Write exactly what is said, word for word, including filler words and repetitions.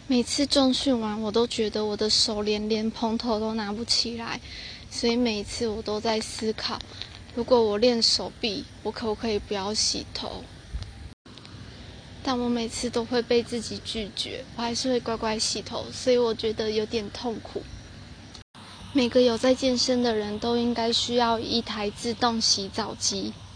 每次重训完，我都觉得我的手连连蓬头都拿不起来，所以每一次我都在思考，如果我练手臂，我可不可以不要洗头？但我每次都会被自己拒绝，我还是会乖乖洗头，所以我觉得有点痛苦。每个有在健身的人都应该需要一台自动洗澡机，